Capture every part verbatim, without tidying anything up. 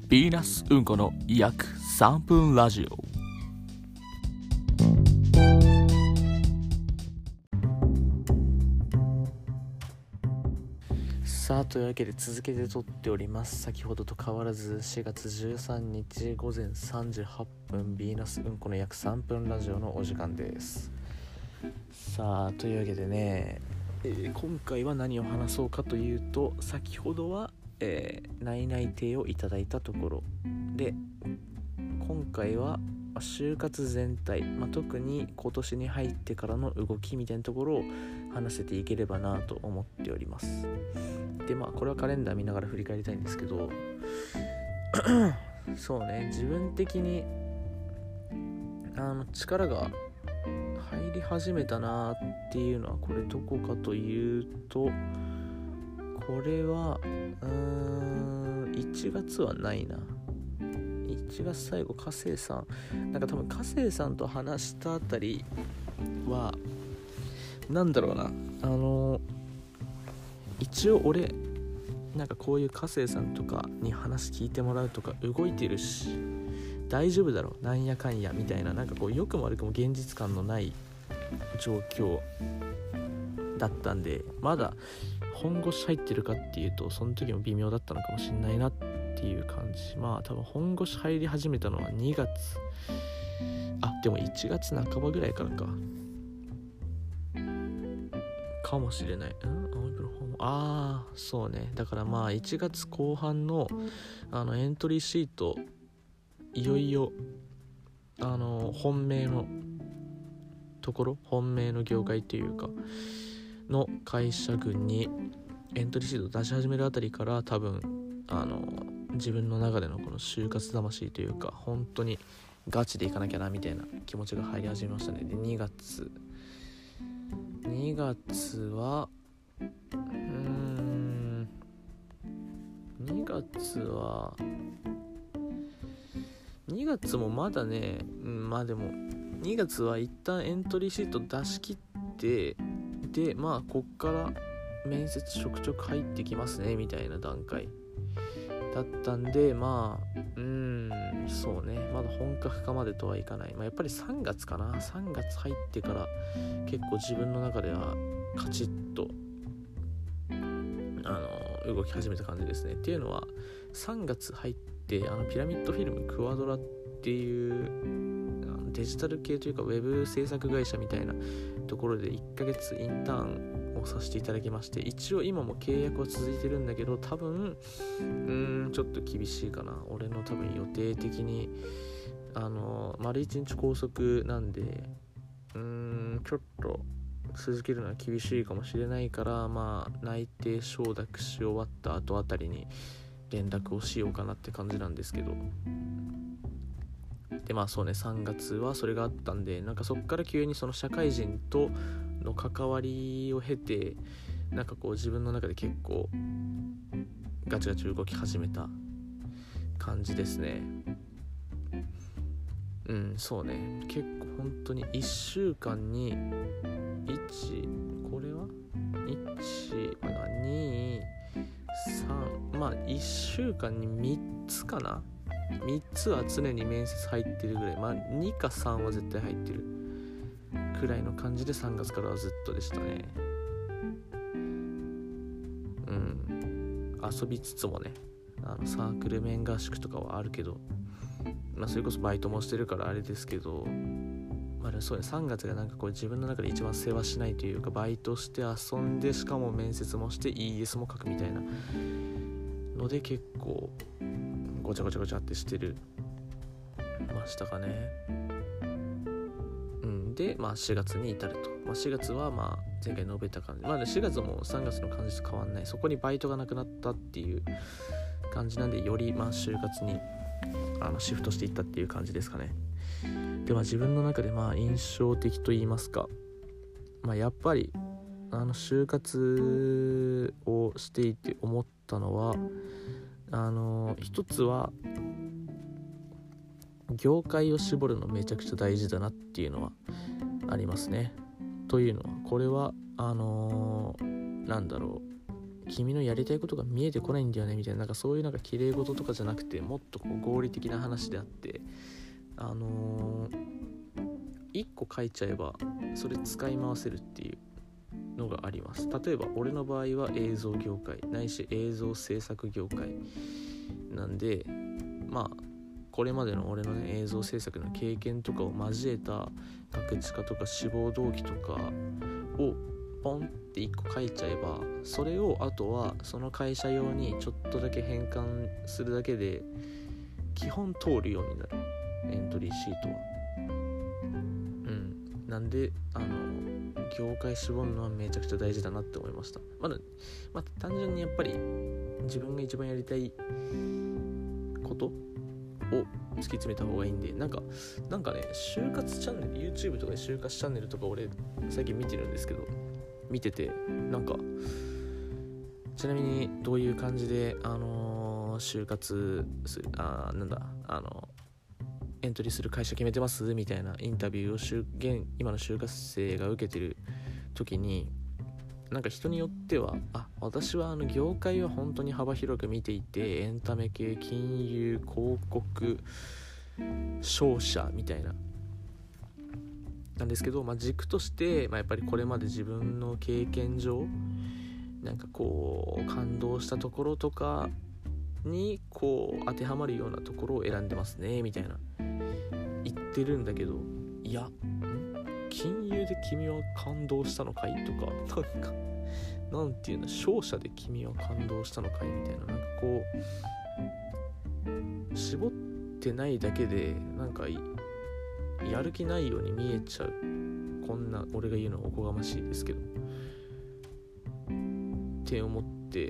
ヴィーナスうんこの約さんぷんラジオ。さあ、というわけで続けて撮っております。先ほどと変わらずしがつじゅうさんにちごぜんさんじはっぷん、ヴィーナスうんこの約さんぷんラジオのお時間です。さあ、というわけでね、えー、今回は何を話そうかというと、先ほどは、えー、内々定をいただいたところで、今回は就活全体、まあ、特に今年に入ってからの動きみたいなところを話せていければなと思っております。で、まあこれはカレンダー見ながら振り返りたいんですけどそうね、自分的にあの力が入り始めたなっていうのは、これどこかというと、これはうーんいちがつはないな。いちがつ最後、加星さんなんか多分加星さんと話したあたりはなんだろうな、あの一応俺なんかこういう加星さんとかに話聞いてもらうとか動いてるし大丈夫だろうなんやかんやみたいな、なんかこう良くも悪くも現実感のない状況だったんで、まだ本腰入ってるかっていうとその時も微妙だったのかもしれないなっていう感じ。まあ多分本腰入り始めたのはにがつ、あでもいちがつなかばぐらいからかかもしれない。うんああそうね、だからまあいちがつこう半のあのエントリーシート、いよいよあの本命のところ、本命の業界というかの会社群にエントリーシート出し始めるあたりから、多分あの自分の中でのこの就活魂というか、本当にガチでいかなきゃなみたいな気持ちが入り始めましたね。でにがつにがつはうーんにがつはにがつもまだね、うん、まあでもにがつは一旦エントリーシート出し切って、でまあこっから面接ちょくちょく入ってきますねみたいな段階だったんで、まあうーんそうね、まだ本格化までとはいかない。まあやっぱりさんがつかな。さんがつ入ってから結構自分の中ではカチッとあの動き始めた感じですね。っていうのはさんがつ入ってあのピラミッドフィルムクワドラっていうデジタル系というかウェブ制作会社みたいなところでいっかげつインターンをさせていただきまして、一応今も契約は続いてるんだけど、多分うーんちょっと厳しいかな。俺の多分予定的にあの丸一日拘束なんで、うーんちょっと続けるのは厳しいかもしれないから、まあ内定承諾し終わった後あたりに連絡をしようかなって感じなんですけど、でまあそうね、さんがつはそれがあったんで、なんかそっから急にその社会人との関わりを経て、なんかこう自分の中で結構ガチガチ動き始めた感じですね。うんそうね、結構本当にいっしゅうかんにいちこれはいちにさんまあいっしゅうかんにみっつかな。みっつは常に面接入ってるぐらい、まあにかさんは絶対入ってるくらいの感じでさんがつからはずっとでしたね。うん遊びつつもね、あのサークル面合宿とかはあるけど、まあそれこそバイトもしてるからあれですけど、まあそうね、さんがつがなんかこう自分の中で一番世話しないというか、バイトして遊んでしかも面接もして イーエス も書くみたいなので結構ごちゃごちゃごちゃってしてるましたかね。うんでまあしがつに至ると、まあ、しがつはまあ前回述べた感じ、まあしがつもさんがつの感じと変わんない。そこにバイトがなくなったっていう感じなんで、よりまあ就活にあのシフトしていったっていう感じですかね。でまあ自分の中でまあ印象的と言いますか、まあやっぱりあの就活をしていて思ったのは、あの一つは業界を絞るのめちゃくちゃ大事だなっていうのはありますね。というのはこれはあのー、なんだろう君のやりたいことが見えてこないんだよねみたいな、なんかそういうなんか綺麗事とかじゃなくて、もっとこう合理的な話であって、あのー、いっこ書いちゃえばそれ使い回せるっていうのがあります。例えば俺の場合は映像業界ないし映像制作業界なんで、まあこれまでの俺の、ね、映像制作の経験とかを交えた学知化とか志望動機とかをポンっていっこ書いちゃえば、それをあとはその会社用にちょっとだけ変換するだけで基本通るようになる、エントリーシートは。うんなんであの業界絞るのはめちゃくちゃ大事だなって思いました。まだ、まあ、単純にやっぱり自分が一番やりたいことを突き詰めた方がいいんで、なんかなんかね就活チャンネル YouTube とかで就活チャンネルとか俺最近見てるんですけど、見ててなんかちなみにどういう感じであのー、就活するあなんだあのエントリーする会社決めてますみたいなインタビューを就現今の就活生が受けてる時に、なんか人によってはあ私はあの業界は本当に幅広く見ていて、エンタメ系、金融、広告、商社みたいななんですけど、まあ、軸として、まあ、やっぱりこれまで自分の経験上なんかこう感動したところとかにこう当てはまるようなところを選んでますねみたいな言ってるんだけど、いや金融で君は感動したのかいとか、なんかなんていうの商社で君は感動したのかいみたいな、なんかこう絞ってないだけでなんかやる気ないように見えちゃう。こんな俺が言うのはおこがましいですけどって思って、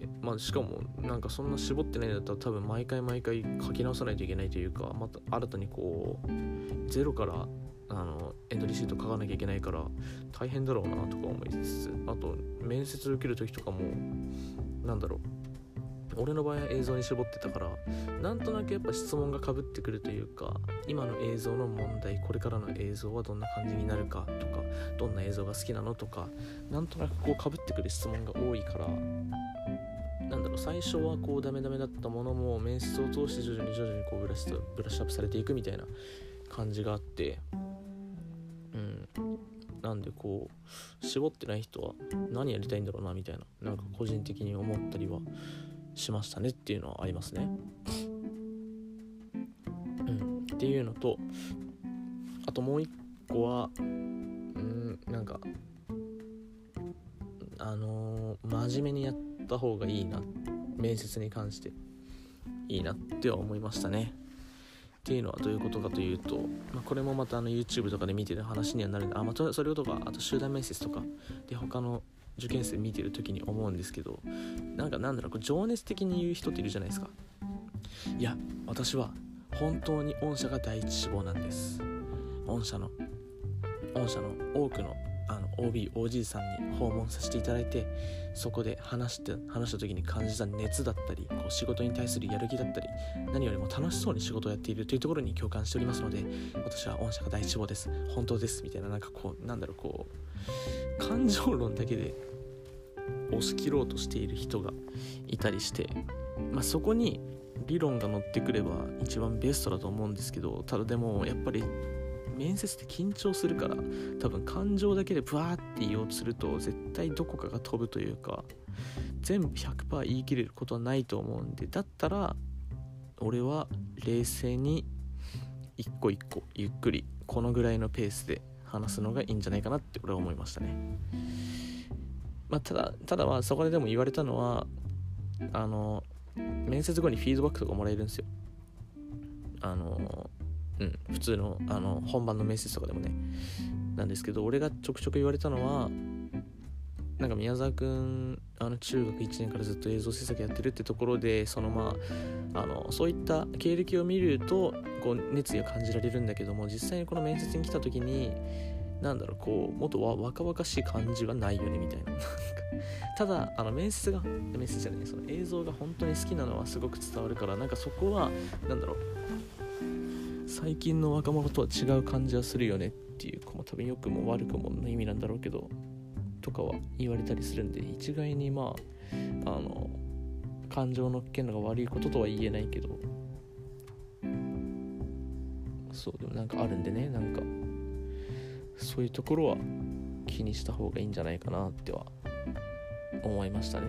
まあしかもなんかそんな絞ってないんだったら多分毎回毎回書き直さないといけないというか、また新たにこうゼロからあのエントリーシート書かなきゃいけないから大変だろうなとか思いつつ、あと面接受ける時とかもなんだろう俺の場合は映像に絞ってたから、なんとなくやっぱ質問が被ってくるというか、今の映像の問題、これからの映像はどんな感じになるかとか、どんな映像が好きなのとか、なんとなくこう被ってくる質問が多いから、なんだろう最初はこうダメダメだったものも面接を通して徐々に徐々にこうブラッシュブラッシュアップされていくみたいな感じがあって、うんなんでこう絞ってない人は何やりたいんだろうなみたいな、なんか個人的に思ったりはしましたねっていうのはありますね。うん、っていうのと、あともう一個は、うん、なんかあのー、真面目にやった方がいいな、面接に関していいなっては思いましたね。っていうのはどういうことかというと、まあ、これもまたあの YouTube とかで見てる話にはなるんで、あ、またそれとかあと集団面接とかで他の受験生見てる時に思うんですけど、なんかなんだろう、こう情熱的に言う人っているじゃないですか。いや私は本当に御社が第一志望なんです。御社の御社の多くのあの オービー、オージー さんに訪問させていただいて、そこで話して話した時に感じた熱だったり、こう仕事に対するやる気だったり、何よりも楽しそうに仕事をやっているというところに共感しておりますので、私は御社が第一志望です、本当ですみたいな、なんかこうなんだろうこう感情論だけで押し切ろうとしている人がいたりして、まあ、そこに理論が乗ってくれば一番ベストだと思うんですけど、ただでもやっぱり面接って緊張するから、多分感情だけでブワーって言おうとすると絶対どこかが飛ぶというか、全部 ひゃくパーセント 言い切れることはないと思うんで、だったら俺は冷静に一個一個ゆっくりこのぐらいのペースで話すのがいいんじゃないかなって俺は思いましたね。まあ、ただただまあそこででも言われたのは、あの面接後にフィードバックとかもらえるんですよ。あのうん、普通の、あの本番の面接とかでもねなんですけど、俺がちょくちょく言われたのは、なんか宮沢くんあの中学いちねんからずっと映像制作やってるってところで、そのまああのそういった経歴を見るとこう熱意を感じられるんだけども、実際にこの面接に来た時になんだろうこうもっと若々しい感じはないよねみたいなただあの面接が面接じゃないその映像が本当に好きなのはすごく伝わるから、なんかそこはなんだろう最近の若者とは違う感じはするよねっていう、多分良くも悪くもの意味なんだろうけど、 とかは言われたりするんで、一概にまああの感情のっけるのが悪いこととは言えないけど、そうでもなんかあるんでね、なんかそういうところは気にした方がいいんじゃないかなっては思いましたね。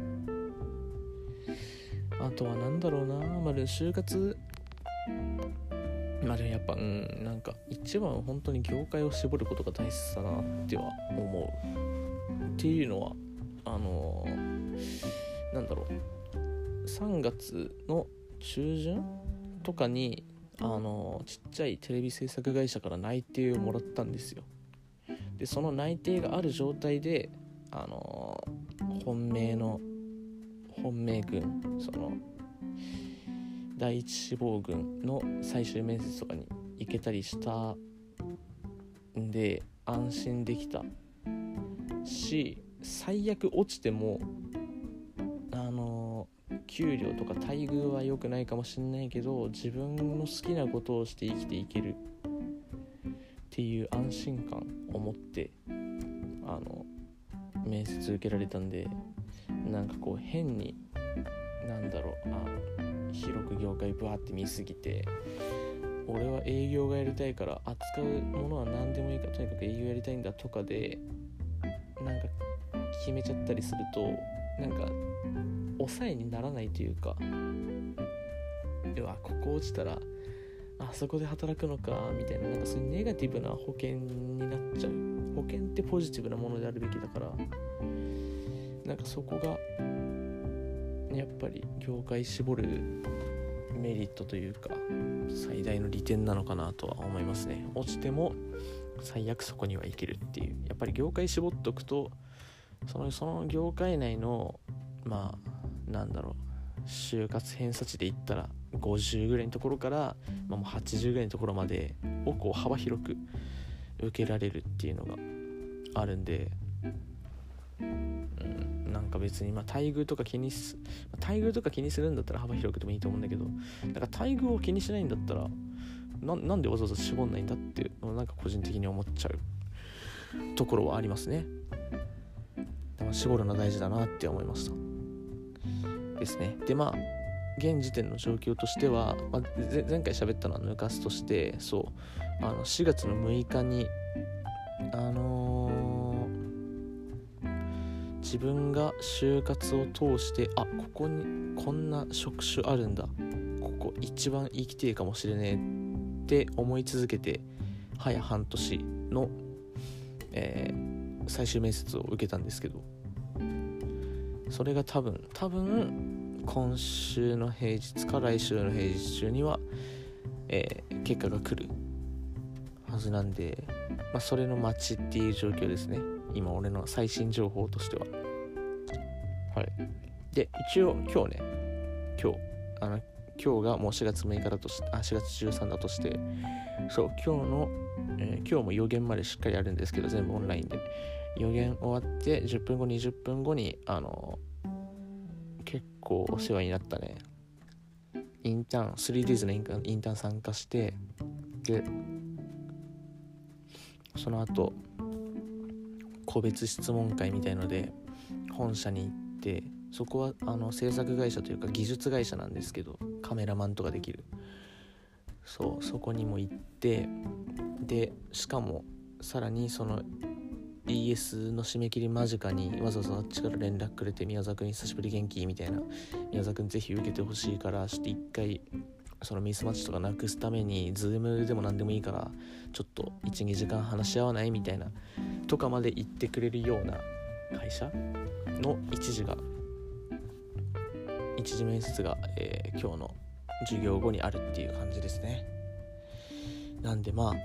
あとはなんだろうな、まあ就活、まあでもやっぱうんなんか一番は本当に業界を絞ることが大切だなっては思うっていうのはあのー、なんだろうさんがつの中旬とかにあのー、ちっちゃいテレビ制作会社から内定をもらったんですよ。でその内定がある状態であのー、本命の本命軍その第一志望軍の最終面接とかに行けたりしたんで安心できたし、最悪落ちてもあの給料とか待遇は良くないかもしれないけど自分の好きなことをして生きていけるっていう安心感を持ってあの面接受けられたんで、なんかこう変になんだろうあ広く業界ブワーって見すぎて俺は営業がやりたいから扱うものは何でもいいからとにかく営業やりたいんだとかでなんか決めちゃったりするとなんか抑えにならないというか、ではここ落ちたらあそこで働くのかみたいな、なんかそういうネガティブな保険になっちゃう。保険ってポジティブなものであるべきだから、なんかそこがやっぱり業界絞るメリットというか最大の利点なのかなとは思いますね。落ちても最悪そこには行けるっていう、やっぱり業界絞っとくとそのその業界内のまあなんだろう就活偏差値で言ったらごじゅうぐらいのところから、まあ、もうはちじゅうぐらいのところまでをこう幅広く受けられるっていうのがあるんで、うん、なんか別にまあ待遇とか気にす待遇とか気にするんだったら幅広くてもいいと思うんだけど、なんか待遇を気にしないんだったら な, なんでわざわざ絞んないんだってなんか個人的に思っちゃうところはありますね。でも絞るの大事だなって思いましたですね。でまあ現時点の状況としては、まあ、前回喋ったのは抜かすとして、そうあのしがつのむいかにあのー、自分が就活を通してあここにこんな職種あるんだ、ここ一番生きていかもしれねえって思い続けて早半年の、えー、最終面接を受けたんですけど、それが多分多分今週の平日か来週の平日中には、えー、結果が来るはずなんで、まあ、それの待ちっていう状況ですね、今俺の最新情報としては。はい。で一応今日ね今日あの今日がもうしがつむいかだとしあしがつじゅうさんだとして、そう今日の、えー、今日も予言までしっかりやるんですけど全部オンラインで予言終わってじゅっぷんごにじゅっぷんごにあの結構お世話になったねインターン スリーディーズ のインターン、インターン参加して、でその後個別質問会みたいので本社に行って、そこはあの制作会社というか技術会社なんですけどカメラマンとかできる、そうそこにも行って、でしかもさらにその イーエス の締め切り間近にわざわざあっちから連絡くれて、宮沢くん久しぶり元気みたいな、宮沢くんぜひ受けてほしいからちょっと一回そのミスマッチとかなくすためにズームでも何でもいいからちょっと いちにじかん話し合わないみたいなとかまで言ってくれるような会社の一時が一次面接が、えー、今日の授業後にあるっていう感じですね。なんでまあ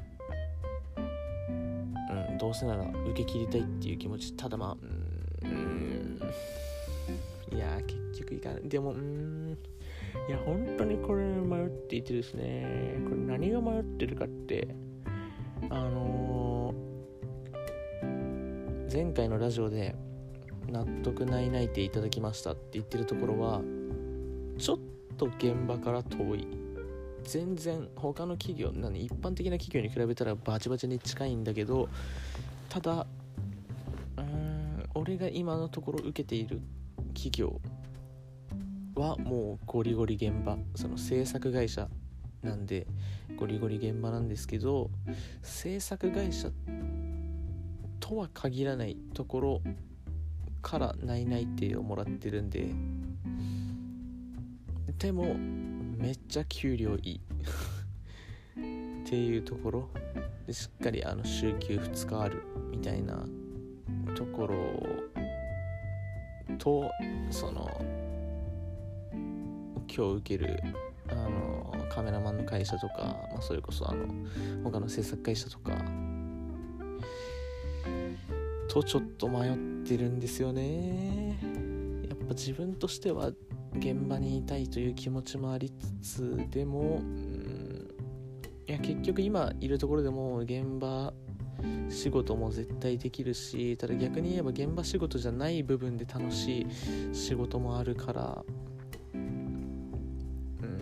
うん、どうせなら受け切りたいっていう気持ち、ただまあうーんいや結局いかない、でもうーんいや本当にこれ迷っていてですね、これ何が迷ってるかってあのー、前回のラジオで納得ないないていただきましたって言ってるところはちょっと現場から遠い、全然他の企業何一般的な企業に比べたらバチバチに近いんだけど、ただうーん俺が今のところ受けている企業はもうゴリゴリ現場、その制作会社なんでゴリゴリ現場なんですけど、制作会社とは限らないところから内々定をもらってるんで、でもめっちゃ給料いいっていうところで、しっかりあの週休ふつかあるみたいなところと、その今日受けるあのカメラマンの会社とか、まあ、それこそあの他の制作会社とかとちょっと迷ってるんですよね。やっぱ自分としては現場にいたいという気持ちもありつつ、でも、うん、いや結局今いるところでも現場仕事も絶対できるし、ただ逆に言えば現場仕事じゃない部分で楽しい仕事もあるから、うん、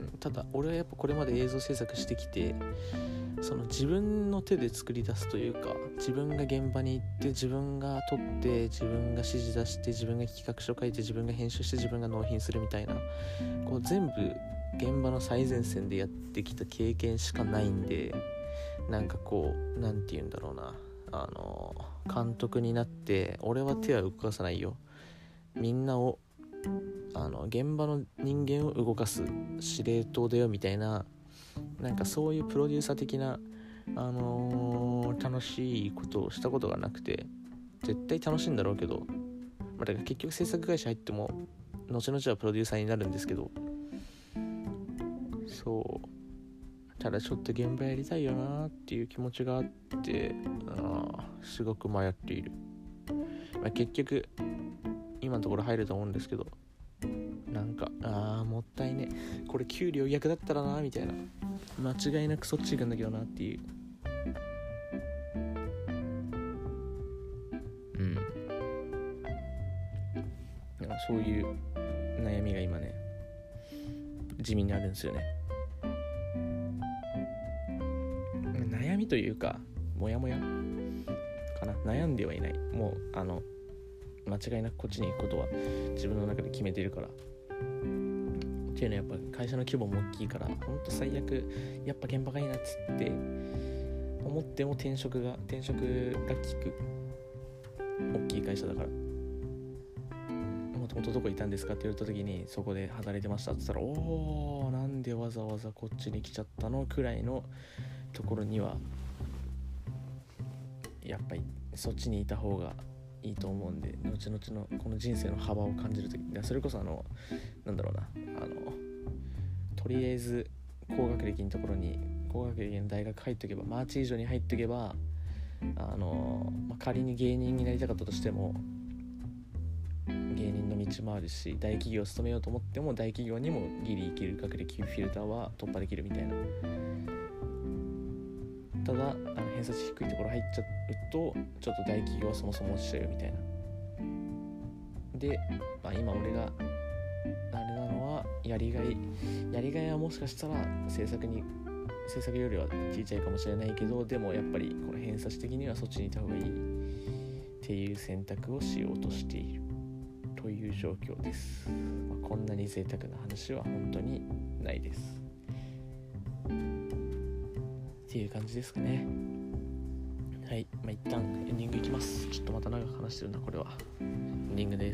ただ俺はやっぱこれまで映像制作してきて、その自分の手で作り出すというか、自分が現場に行って自分が撮って自分が指示出して自分が企画書書いて自分が編集して自分が納品するみたいな、こう全部現場の最前線でやってきた経験しかないんで、なんかこうなんて言うんだろうな、あの監督になって俺は手は動かさないよ、みんなをあの現場の人間を動かす司令塔だよみたいな、なんかそういうプロデューサー的な、あのー、楽しいことをしたことがなくて、絶対楽しいんだろうけど、まあ、だから結局制作会社入っても後々はプロデューサーになるんですけど、そうただちょっと現場やりたいよなっていう気持ちがあって、あすごく迷っている、まあ、結局今のところ入ると思うんですけど、なんかあーもったいね、これ給料逆だったらなみたいな、間違いなくそっち行くんだけどなっていう、うんなんかそういう悩みが今ね地味にあるんですよね。悩みというかモヤモヤかな、悩んではいない、もうあの間違いなくこっちに行くことは自分の中で決めてるからっていうのは、やっぱ会社の規模も大きいから、ほんと最悪やっぱ現場がいいなっつって思っても転職が転職が効く大きい会社だから、もともとどこいたんですかって言われた時にそこで働いてましたって言ったら、おーなんでわざわざこっちに来ちゃったのくらいのところにはやっぱりそっちにいた方がいいと思うんで、後々のこの人生の幅を感じるとき、それこそあのなんだろうな、あのとりあえず高学歴のところに高学歴の大学入っとけば、マーチ以上に入っとけば、あの、まあ、仮に芸人になりたかったとしても芸人の道もあるし、大企業を勤めようと思っても大企業にもギリ生きる学歴フィルターは突破できるみたいな。ただあの偏差値低いところ入っちゃうとちょっと大企業はそもそも落ちちゃうよみたいな。で、まあ、今俺があれなのはやりがいやりがいはもしかしたら制作に制作よりは小さいかもしれないけど、でもやっぱりこの偏差値的にはそっちにいた方がいいっていう選択をしようとしているという状況です。まあ、こんなに贅沢な話は本当にないですっていう感じですかね。はい、まあ、一旦エンディングいきます。ちょっとまた長く話してるなこれは。エンディングです。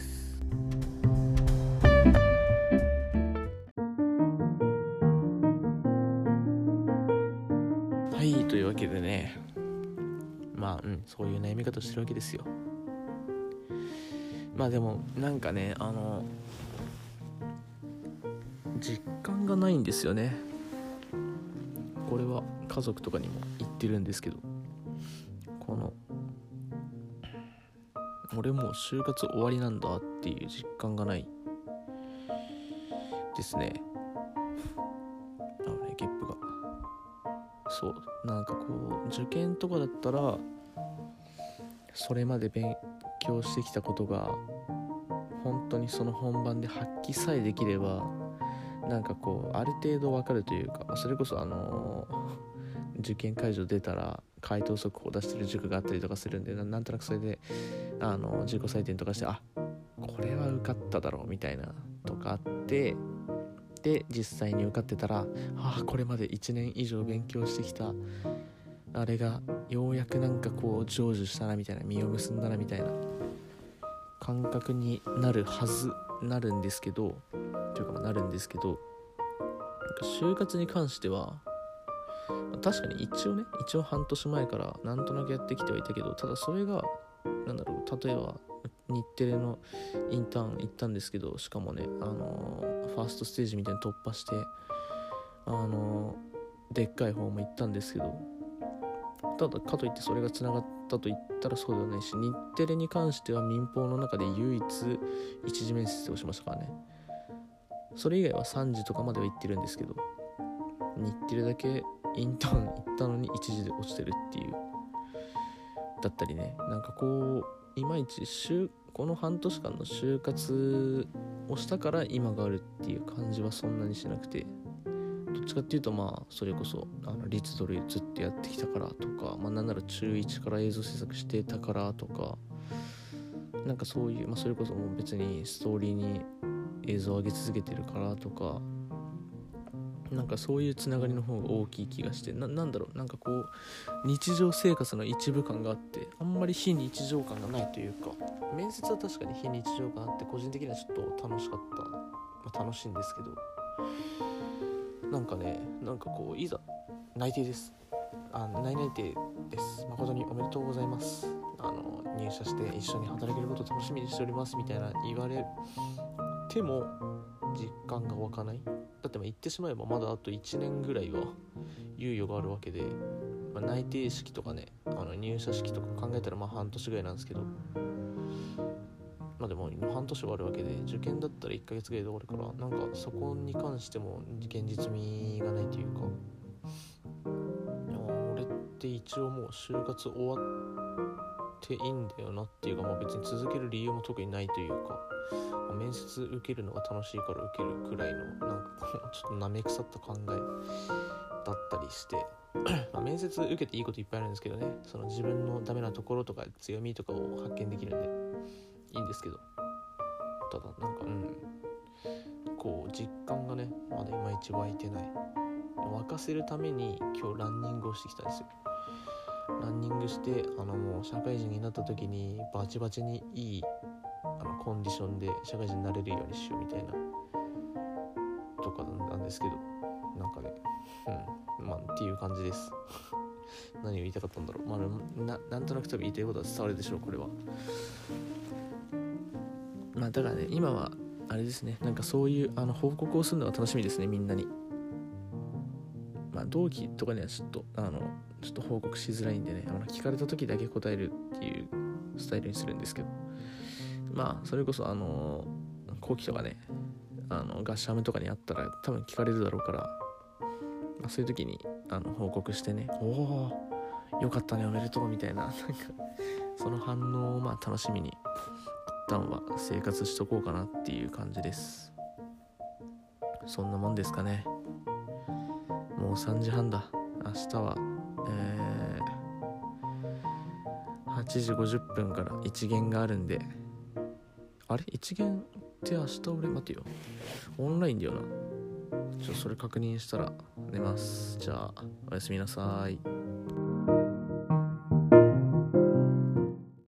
はい、というわけでね、まあうんそういう悩み方してるわけですよ。まあでもなんかね、あの実感がないんですよね。これは家族とかにも言ってるんですけど、この俺もう就活終わりなんだっていう実感がないですね。あのねゲップがそうなんかこう受験とかだったらそれまで勉強してきたことが本当にその本番で発揮さえできればなんかこうある程度わかるというか、それこそあのー、受験会場出たら回答速報を出してる塾があったりとかするんで、 な, なんとなくそれであの自己採点とかして、あ、これは受かっただろうみたいなとかあって、で実際に受かってたら、ああこれまでいちねん以上勉強してきたあれがようやくなんかこう成就したなみたいな、実を結んだなみたいな感覚になるはずなるんですけどというかまあなるんですけど就活に関しては確かに一応ね一応半年前からなんとなくやってきてはいたけど、ただそれがなんだろう、例えば日テレのインターン行ったんですけど、しかもねあのファーストステージみたいに突破してあのでっかい方も行ったんですけど、ただかといってそれがつながったと言ったらそうではないし、日テレに関しては民放の中で唯一一次面接をしましたからね。それ以外はさんじとかまでは行ってるんですけど、日テレだけインターン行ったのに一次で落ちてるっていうだったりね、なんかこういまいち就この半年間の就活をしたから今があるっていう感じはそんなにしなくて、どっちかっていうとまあそれこそあのリツドルずっとやってきたからとか、まあなんなら中いちから映像制作してたからとか、なんかそういう、まあそれこそもう別にストーリーに映像を上げ続けてるからとか、なんかそういうつながりの方が大きい気がして、 な, なんだろうなんかこう日常生活の一部感があって、あんまり非日常感がないというか、面接は確かに非日常感あって個人的にはちょっと楽しかった、まあ、楽しいんですけど、なんかねなんかこういざ内定です、あ内内定です、誠におめでとうございます、あの入社して一緒に働けることを楽しみにしておりますみたいな言われても実感が湧かない。だってまあ言ってしまえばまだあといちねんぐらいは猶予があるわけで、まあ、内定式とかねあの入社式とか考えたらまあ半年ぐらいなんですけど、まあでも半年終わるわけで、受験だったらいっかげつぐらいで終わるから、なんかそこに関しても現実味がないというか、俺って一応もう就活終わっていいんだよなっていうか、まあ別に続ける理由も特にないというか、面接受けるのが楽しいから受けるくらいのなんかちょっとなめ腐った考えだったりしてまあ面接受けていいこといっぱいあるんですけどね、その自分のダメなところとか強みとかを発見できるんでいいんですけど、ただなんかうんこう実感がねまだいまいち湧いてない。沸かせるために今日ランニングをしてきたんですよ。ランニングしてあのもう社会人になった時にバチバチにいいあのコンディションで社会人になれるようにしようみたいなとかなんですけど、なんかねうんまあっていう感じです何を言いたかったんだろう、まあ、な, なんとなく多分言いたいことは伝わるでしょうこれは。まあだからね今はあれですね、なんかそういうあの報告をするのが楽しみですね、みんなに。まあ同期とかにはちょっとあのちょっと報告しづらいんでね、あの聞かれた時だけ答えるっていうスタイルにするんですけど、まあそれこそあの後期とかねあのガッシャムとかにあったら多分聞かれるだろうから、まあ、そういう時にあの報告してね、おおよかったねおめでとうみたいな、なんかその反応をまあ楽しみに一旦は生活しとこうかなっていう感じです。そんなもんですかね。もうさんじはんだ。明日はえー、はちじごじゅっぷんから一限があるんで、あれ一限って明日俺待てよオンラインだよな、ちょっとそれ確認したら寝ます。じゃあおやすみなさい。